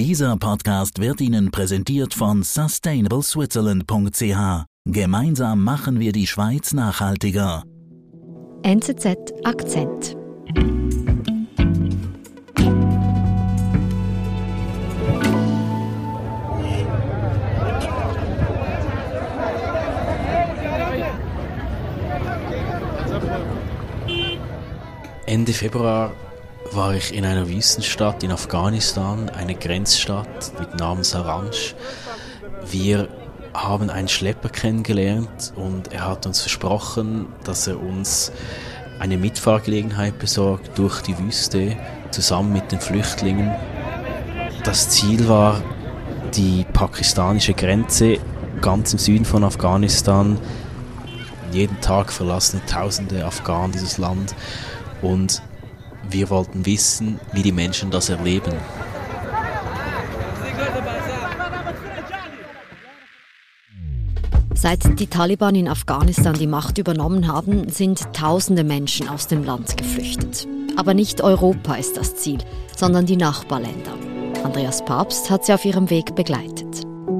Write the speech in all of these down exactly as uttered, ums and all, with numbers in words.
Dieser Podcast wird Ihnen präsentiert von sustainable switzerland punkt c h. Gemeinsam machen wir die Schweiz nachhaltiger. N Z Z Akzent. Ende Februar war ich in einer Wüstenstadt in Afghanistan, eine Grenzstadt mit Namen Saranj. Wir haben einen Schlepper kennengelernt und er hat uns versprochen, dass er uns eine Mitfahrgelegenheit besorgt durch die Wüste, zusammen mit den Flüchtlingen. Das Ziel war die pakistanische Grenze, ganz im Süden von Afghanistan. Jeden Tag verlassen tausende Afghanen dieses Land und wir wollten wissen, wie die Menschen das erleben. Seit die Taliban in Afghanistan die Macht übernommen haben, sind tausende Menschen aus dem Land geflüchtet. Aber nicht Europa ist das Ziel, sondern die Nachbarländer. Andreas Papst hat sie auf ihrem Weg begleitet.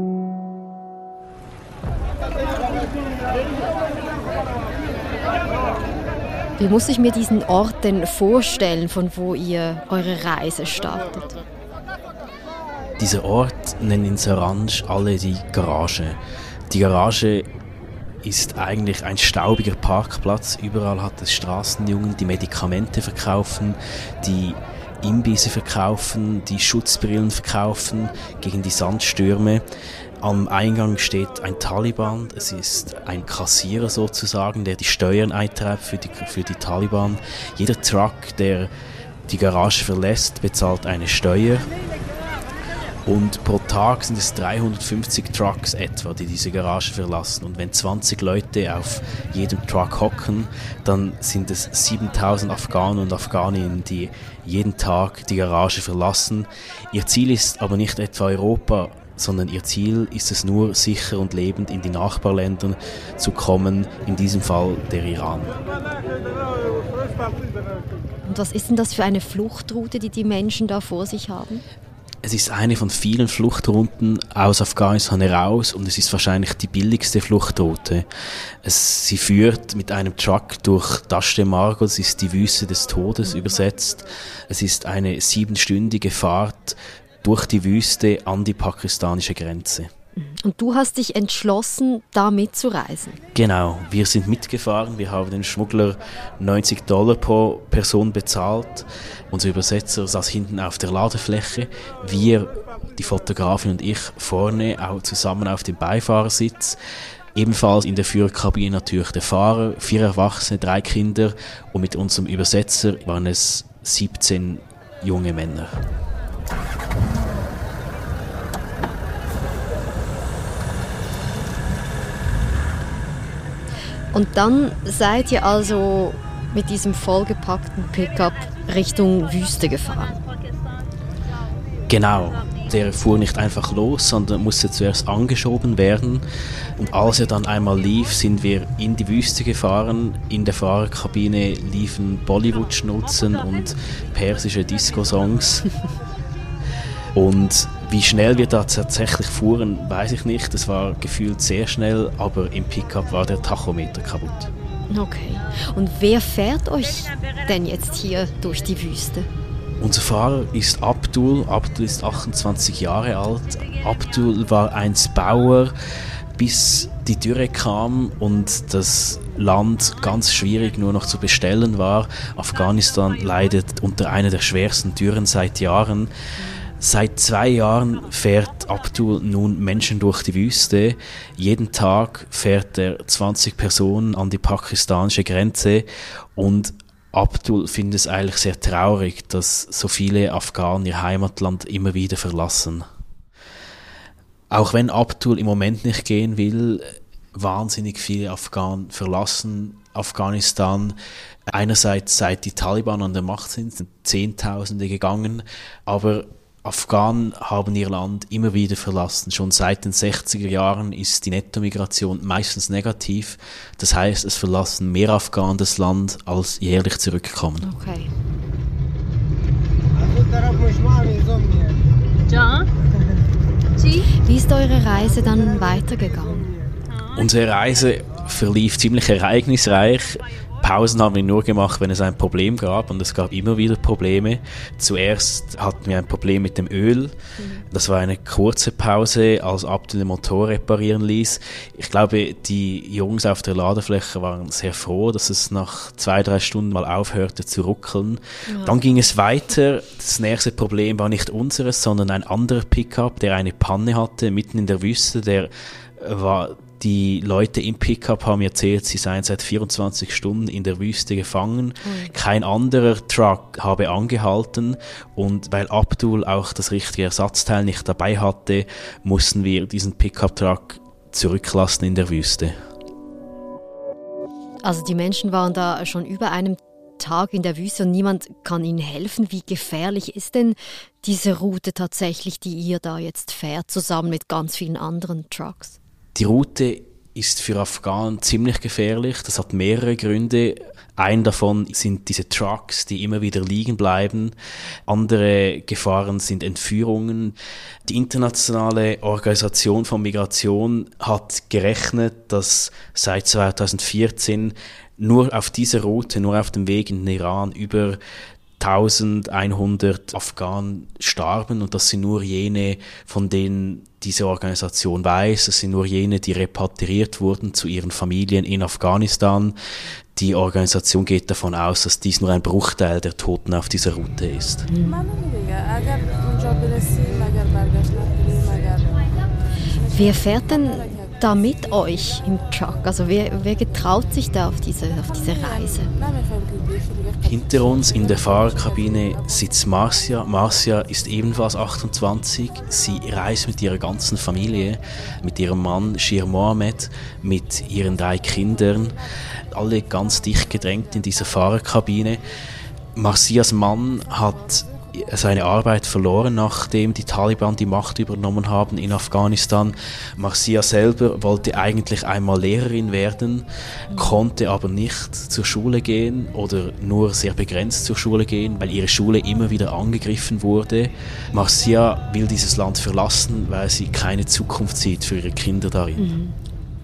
Wie muss ich mir diesen Ort denn vorstellen, von wo ihr eure Reise startet? Dieser Ort nennen in Saranj alle die Garage. Die Garage ist eigentlich ein staubiger Parkplatz. Überall hat es Straßenjungen, die Medikamente verkaufen, die Imbisse verkaufen, die Schutzbrillen verkaufen gegen die Sandstürme. Am Eingang steht ein Taliban, es ist ein Kassierer sozusagen, der die Steuern eintreibt für die, für die Taliban. Jeder Truck, der die Garage verlässt, bezahlt eine Steuer. Und pro Tag sind es dreihundertfünfzig Trucks etwa, die diese Garage verlassen. Und wenn zwanzig Leute auf jedem Truck hocken, dann sind es siebentausend Afghanen und Afghaninnen, die jeden Tag die Garage verlassen. Ihr Ziel ist aber nicht etwa Europa, sondern ihr Ziel ist es nur, sicher und lebend in die Nachbarländer zu kommen, in diesem Fall der Iran. Und was ist denn das für eine Fluchtroute, die die Menschen da vor sich haben? Es ist eine von vielen Fluchtrouten aus Afghanistan heraus und es ist wahrscheinlich die billigste Fluchtroute. Es, sie führt mit einem Truck durch Dasht-e Margo, das ist die Wüste des Todes übersetzt. Es ist eine siebenstündige Fahrt durch die Wüste an die pakistanische Grenze. Und du hast dich entschlossen, da mitzureisen? Genau, wir sind mitgefahren. Wir haben dem Schmuggler neunzig Dollar pro Person bezahlt. Unser Übersetzer saß hinten auf der Ladefläche. Wir, die Fotografin und ich, vorne auch zusammen auf dem Beifahrersitz. Ebenfalls in der Führerkabine natürlich der Fahrer, vier Erwachsene, drei Kinder. Und mit unserem Übersetzer waren es siebzehn junge Männer. Und dann seid ihr also mit diesem vollgepackten Pickup Richtung Wüste gefahren? Genau, der fuhr nicht einfach los, sondern musste zuerst angeschoben werden. Und als er dann einmal lief, sind wir in die Wüste gefahren. In der Fahrerkabine liefen Bollywood-Schnulzen und persische Disco-Songs. Und wie schnell wir da tatsächlich fuhren, weiß ich nicht. Es war gefühlt sehr schnell, aber im Pickup war der Tachometer kaputt. Okay. Und wer fährt euch denn jetzt hier durch die Wüste? Unser Fahrer ist Abdul. Abdul ist achtundzwanzig Jahre alt. Abdul war einst Bauer, bis die Dürre kam und das Land ganz schwierig nur noch zu bestellen war. Afghanistan leidet unter einer der schwersten Dürren seit Jahren. Seit zwei Jahren fährt Abdul nun Menschen durch die Wüste. Jeden Tag fährt er zwanzig Personen an die pakistanische Grenze und Abdul findet es eigentlich sehr traurig, dass so viele Afghanen ihr Heimatland immer wieder verlassen. Auch wenn Abdul im Moment nicht gehen will, wahnsinnig viele Afghanen verlassen Afghanistan. Einerseits seit die Taliban an der Macht sind, sind Zehntausende gegangen, aber Afghanen haben ihr Land immer wieder verlassen. Schon seit den sechziger Jahren ist die Nettomigration meistens negativ. Das heißt, es verlassen mehr Afghanen das Land, als jährlich zurückkommen. Okay. Wie ist eure Reise dann weitergegangen? Unsere Reise verlief ziemlich ereignisreich. Pausen haben wir nur gemacht, wenn es ein Problem gab, und es gab immer wieder Probleme. Zuerst hatten wir ein Problem mit dem Öl. Das war eine kurze Pause, als Abdul den Motor reparieren ließ. Ich glaube, die Jungs auf der Ladefläche waren sehr froh, dass es nach zwei, drei Stunden mal aufhörte zu ruckeln. Ja. Dann ging es weiter. Das nächste Problem war nicht unseres, sondern ein anderer Pickup, der eine Panne hatte, mitten in der Wüste. Der war... Die Leute im Pickup haben erzählt, sie seien seit vierundzwanzig Stunden in der Wüste gefangen. Mhm. Kein anderer Truck habe angehalten, und weil Abdul auch das richtige Ersatzteil nicht dabei hatte, mussten wir diesen Pickup-Truck zurücklassen in der Wüste. Also die Menschen waren da schon über einem Tag in der Wüste und niemand kann ihnen helfen. Wie gefährlich ist denn diese Route tatsächlich, die ihr da jetzt fährt, zusammen mit ganz vielen anderen Trucks? Die Route ist für Afghanen ziemlich gefährlich. Das hat mehrere Gründe. Ein davon sind diese Trucks, die immer wieder liegen bleiben. Andere Gefahren sind Entführungen. Die internationale Organisation von Migration hat gerechnet, dass seit zweitausendvierzehn nur auf dieser Route, nur auf dem Weg in den Iran über eintausendeinhundert Afghanen starben, und das sind nur jene, von denen diese Organisation weiß. Das sind nur jene, die repatriiert wurden zu ihren Familien in Afghanistan. Die Organisation geht davon aus, dass dies nur ein Bruchteil der Toten auf dieser Route ist. Mhm. Wer fährt denn da mit euch im Truck? Also wer, wer getraut sich da auf diese, auf diese Reise? Hinter uns in der Fahrerkabine sitzt Marcia. Marcia ist ebenfalls achtundzwanzig. Sie reist mit ihrer ganzen Familie, mit ihrem Mann Shir Mohammed, mit ihren drei Kindern, alle ganz dicht gedrängt in dieser Fahrerkabine. Marcias Mann hat seine Arbeit verloren, nachdem die Taliban die Macht übernommen haben in Afghanistan. Marcia selber wollte eigentlich einmal Lehrerin werden, konnte aber nicht zur Schule gehen oder nur sehr begrenzt zur Schule gehen, weil ihre Schule immer wieder angegriffen wurde. Marcia will dieses Land verlassen, weil sie keine Zukunft sieht für ihre Kinder darin. Mhm.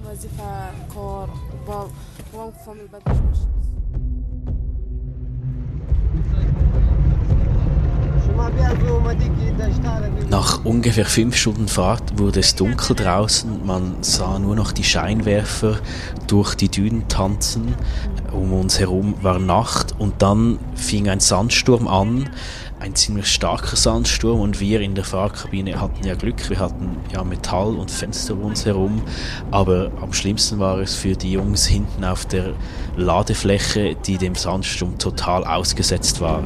Nach ungefähr fünf Stunden Fahrt wurde es dunkel draußen. Man sah nur noch die Scheinwerfer durch die Dünen tanzen. Um uns herum war Nacht, und dann fing ein Sandsturm an. Ein ziemlich starker Sandsturm, und wir in der Fahrkabine hatten ja Glück. Wir hatten ja Metall und Fenster um uns herum. Aber am schlimmsten war es für die Jungs hinten auf der Ladefläche, die dem Sandsturm total ausgesetzt waren.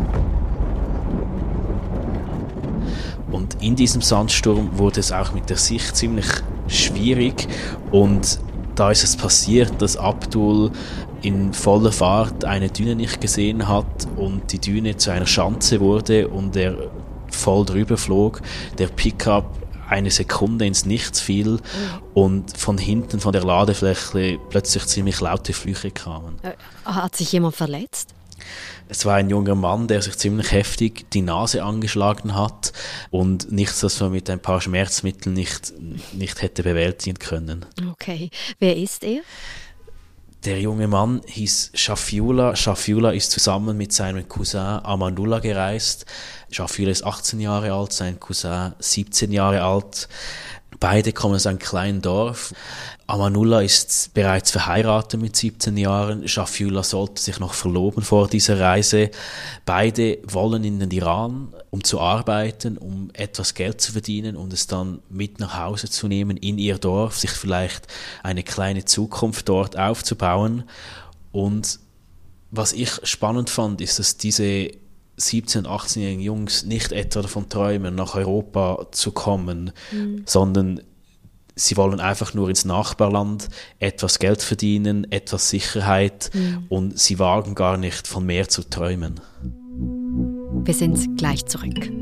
Und in diesem Sandsturm wurde es auch mit der Sicht ziemlich schwierig, und da ist es passiert, dass Abdul in voller Fahrt eine Düne nicht gesehen hat und die Düne zu einer Schanze wurde und er voll drüber flog. Der Pickup eine Sekunde ins Nichts fiel und von hinten, von der Ladefläche, plötzlich ziemlich laute Flüche kamen. Hat sich jemand verletzt? Es war ein junger Mann, der sich ziemlich heftig die Nase angeschlagen hat und nichts, das man mit ein paar Schmerzmitteln nicht, nicht hätte bewältigen können. Okay. Wer ist er? Der junge Mann hieß Shafiullah. Shafiullah ist zusammen mit seinem Cousin Amanullah gereist. Shafiullah ist achtzehn Jahre alt, sein Cousin siebzehn Jahre alt. Beide kommen aus einem kleinen Dorf. Amanullah ist bereits verheiratet mit siebzehn Jahren. Shafiullah sollte sich noch verloben vor dieser Reise. Beide wollen in den Iran, um zu arbeiten, um etwas Geld zu verdienen und es dann mit nach Hause zu nehmen in ihr Dorf, sich vielleicht eine kleine Zukunft dort aufzubauen. Und was ich spannend fand, ist, dass diese siebzehn-, achtzehnjährigen Jungs nicht etwa davon träumen, nach Europa zu kommen, mhm. sondern sie wollen einfach nur ins Nachbarland etwas Geld verdienen, etwas Sicherheit mhm. und sie wagen gar nicht, von mehr zu träumen. Wir sind gleich zurück.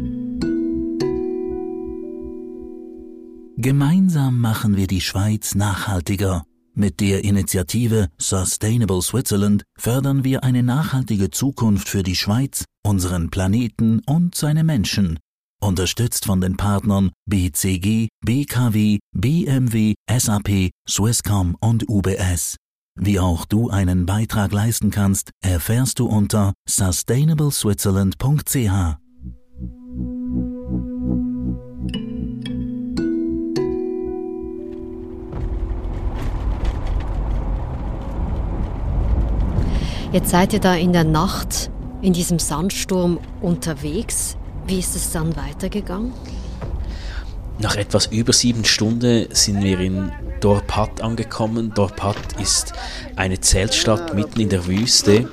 Gemeinsam machen wir die Schweiz nachhaltiger. Mit der Initiative Sustainable Switzerland fördern wir eine nachhaltige Zukunft für die Schweiz, unseren Planeten und seine Menschen. Unterstützt von den Partnern B C G, B K W, B M W, S A P, Swisscom und U B S. Wie auch du einen Beitrag leisten kannst, erfährst du unter sustainable switzerland punkt c h. Jetzt seid ihr da in der Nacht in diesem Sandsturm unterwegs. Wie ist es dann weitergegangen? Nach etwas über sieben Stunden sind wir in Dorpat angekommen. Dorpat ist eine Zeltstadt mitten in der Wüste.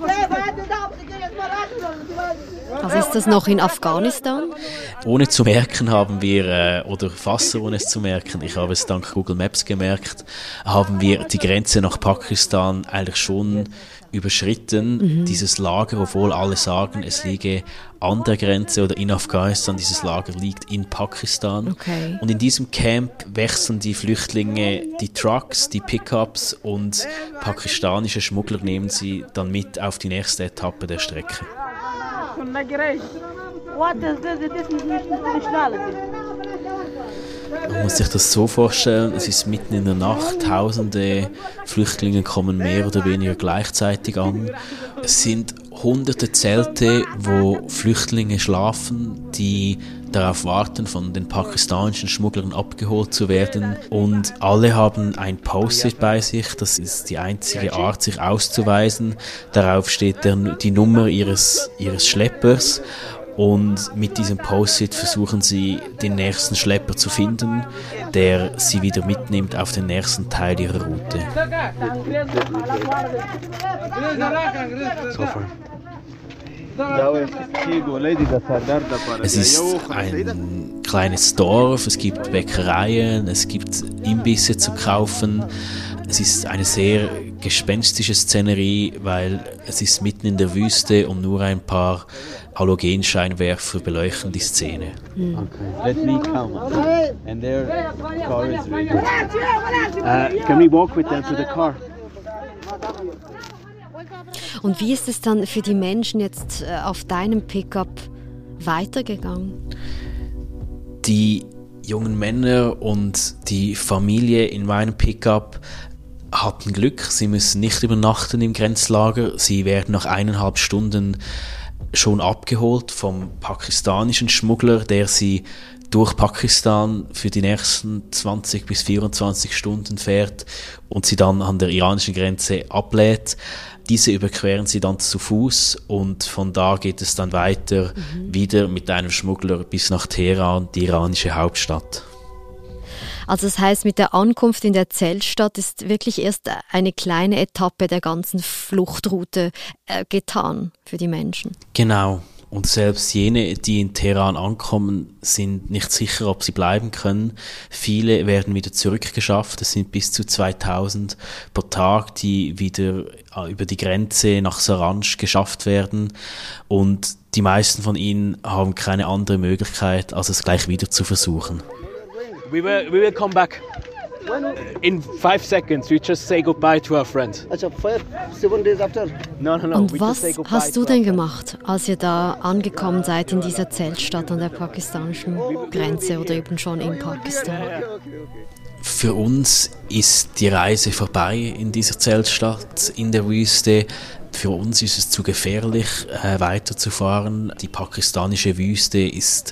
Also ist das noch in Afghanistan? Ohne zu merken haben wir, äh, oder fast ohne es zu merken, ich habe es dank Google Maps gemerkt, haben wir die Grenze nach Pakistan eigentlich schon überschritten. Mhm. Dieses Lager, obwohl alle sagen, es liege an der Grenze oder in Afghanistan, dieses Lager liegt in Pakistan. Okay. Und in diesem Camp wechseln die Flüchtlinge die Trucks, die Pickups und pakistanische Schmuggler nehmen sie dann mit auf die nächste Etappe der Strecke. Man muss sich das so vorstellen, es ist mitten in der Nacht, tausende Flüchtlinge kommen mehr oder weniger gleichzeitig an. Es sind hunderte Zelte, wo Flüchtlinge schlafen, die darauf warten, von den pakistanischen Schmugglern abgeholt zu werden. Und alle haben ein Post-it bei sich, das ist die einzige Art, sich auszuweisen. Darauf steht der, die Nummer ihres, ihres Schleppers. Und mit diesem Post-it versuchen sie, den nächsten Schlepper zu finden, der sie wieder mitnimmt auf den nächsten Teil ihrer Route. Es ist ein kleines Dorf, es gibt Bäckereien, es gibt Imbisse zu kaufen. Es ist eine sehr gespenstische Szenerie, weil es ist mitten in der Wüste und nur ein paar Halogenscheinwerfer beleuchten die Szene. Okay, let me come. And their car is ready. Uh, can we walk with them to the car? Und wie ist es dann für die Menschen jetzt äh, auf deinem Pickup weitergegangen? Die jungen Männer und die Familie in meinem Pickup hatten Glück. Sie müssen nicht übernachten im Grenzlager. Sie werden nach eineinhalb Stunden schon abgeholt vom pakistanischen Schmuggler, der sie durch Pakistan für die nächsten zwanzig bis vierundzwanzig Stunden fährt und sie dann an der iranischen Grenze ablädt. Diese überqueren sie dann zu Fuß und von da geht es dann weiter mhm. wieder mit einem Schmuggler bis nach Teheran, die iranische Hauptstadt. Also das heißt, mit der Ankunft in der Zeltstadt ist wirklich erst eine kleine Etappe der ganzen Fluchtroute äh, getan für die Menschen. Genau. Und selbst jene, die in Teheran ankommen, sind nicht sicher, ob sie bleiben können. Viele werden wieder zurückgeschafft. Es sind bis zu zweitausend pro Tag, die wieder über die Grenze nach Saranj geschafft werden. Und die meisten von ihnen haben keine andere Möglichkeit, als es gleich wieder zu versuchen. We will, we will come back. In five seconds, we just say goodbye to our friend. Also five, seven days after. No, no, no. Und was hast du denn gemacht, als ihr da angekommen seid in dieser Zeltstadt an der pakistanischen Grenze oder eben schon in Pakistan? Für uns ist die Reise vorbei in dieser Zeltstadt in der Wüste. Für uns ist es zu gefährlich, äh, weiterzufahren. Die pakistanische Wüste ist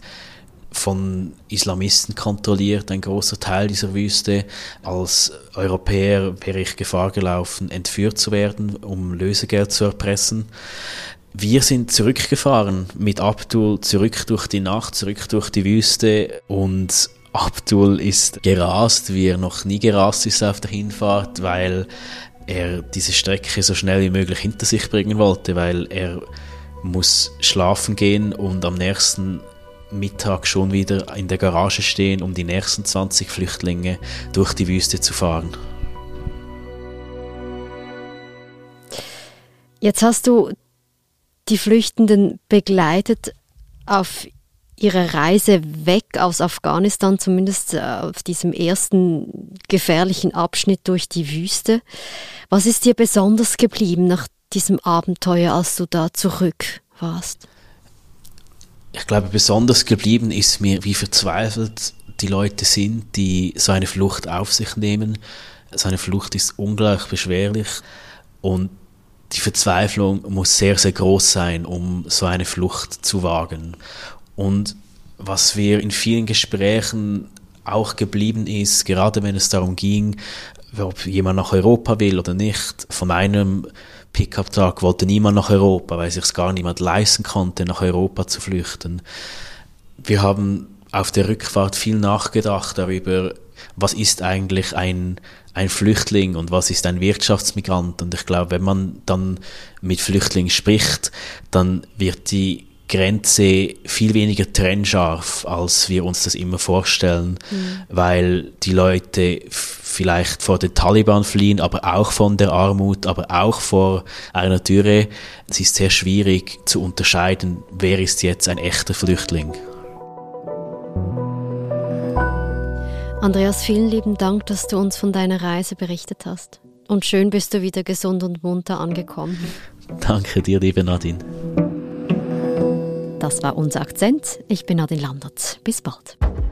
von Islamisten kontrolliert, ein großer Teil dieser Wüste. Als Europäer wäre ich Gefahr gelaufen, entführt zu werden, um Lösegeld zu erpressen. Wir sind zurückgefahren mit Abdul, zurück durch die Nacht, zurück durch die Wüste und Abdul ist gerast, wie er noch nie gerast ist auf der Hinfahrt, weil er diese Strecke so schnell wie möglich hinter sich bringen wollte, weil er muss schlafen gehen und am nächsten Mittag schon wieder in der Garage stehen, um die nächsten zwanzig Flüchtlinge durch die Wüste zu fahren. Jetzt hast du die Flüchtenden begleitet auf ihrer Reise weg aus Afghanistan, zumindest auf diesem ersten gefährlichen Abschnitt durch die Wüste. Was ist dir besonders geblieben nach diesem Abenteuer, als du da zurück warst? Ich glaube, besonders geblieben ist mir, wie verzweifelt die Leute sind, die so eine Flucht auf sich nehmen. So eine Flucht ist unglaublich beschwerlich und die Verzweiflung muss sehr, sehr groß sein, um so eine Flucht zu wagen. Und was wir in vielen Gesprächen auch geblieben ist, gerade wenn es darum ging, ob jemand nach Europa will oder nicht. Von meinem Pickup-Tag wollte niemand nach Europa, weil sich es gar niemand leisten konnte, nach Europa zu flüchten. Wir haben auf der Rückfahrt viel nachgedacht darüber, was ist eigentlich ein, ein Flüchtling und was ist ein Wirtschaftsmigrant. Und ich glaube, wenn man dann mit Flüchtlingen spricht, dann wird die Grenze viel weniger trennscharf, als wir uns das immer vorstellen, mhm. weil die Leute vielleicht vor den Taliban fliehen, aber auch von der Armut, aber auch vor einer Dürre. Es ist sehr schwierig zu unterscheiden, wer ist jetzt ein echter Flüchtling. Andreas, vielen lieben Dank, dass du uns von deiner Reise berichtet hast. Und schön bist du wieder gesund und munter angekommen. Danke dir, liebe Nadine. Das war unser Akzent. Ich bin Nadine Landert. Bis bald.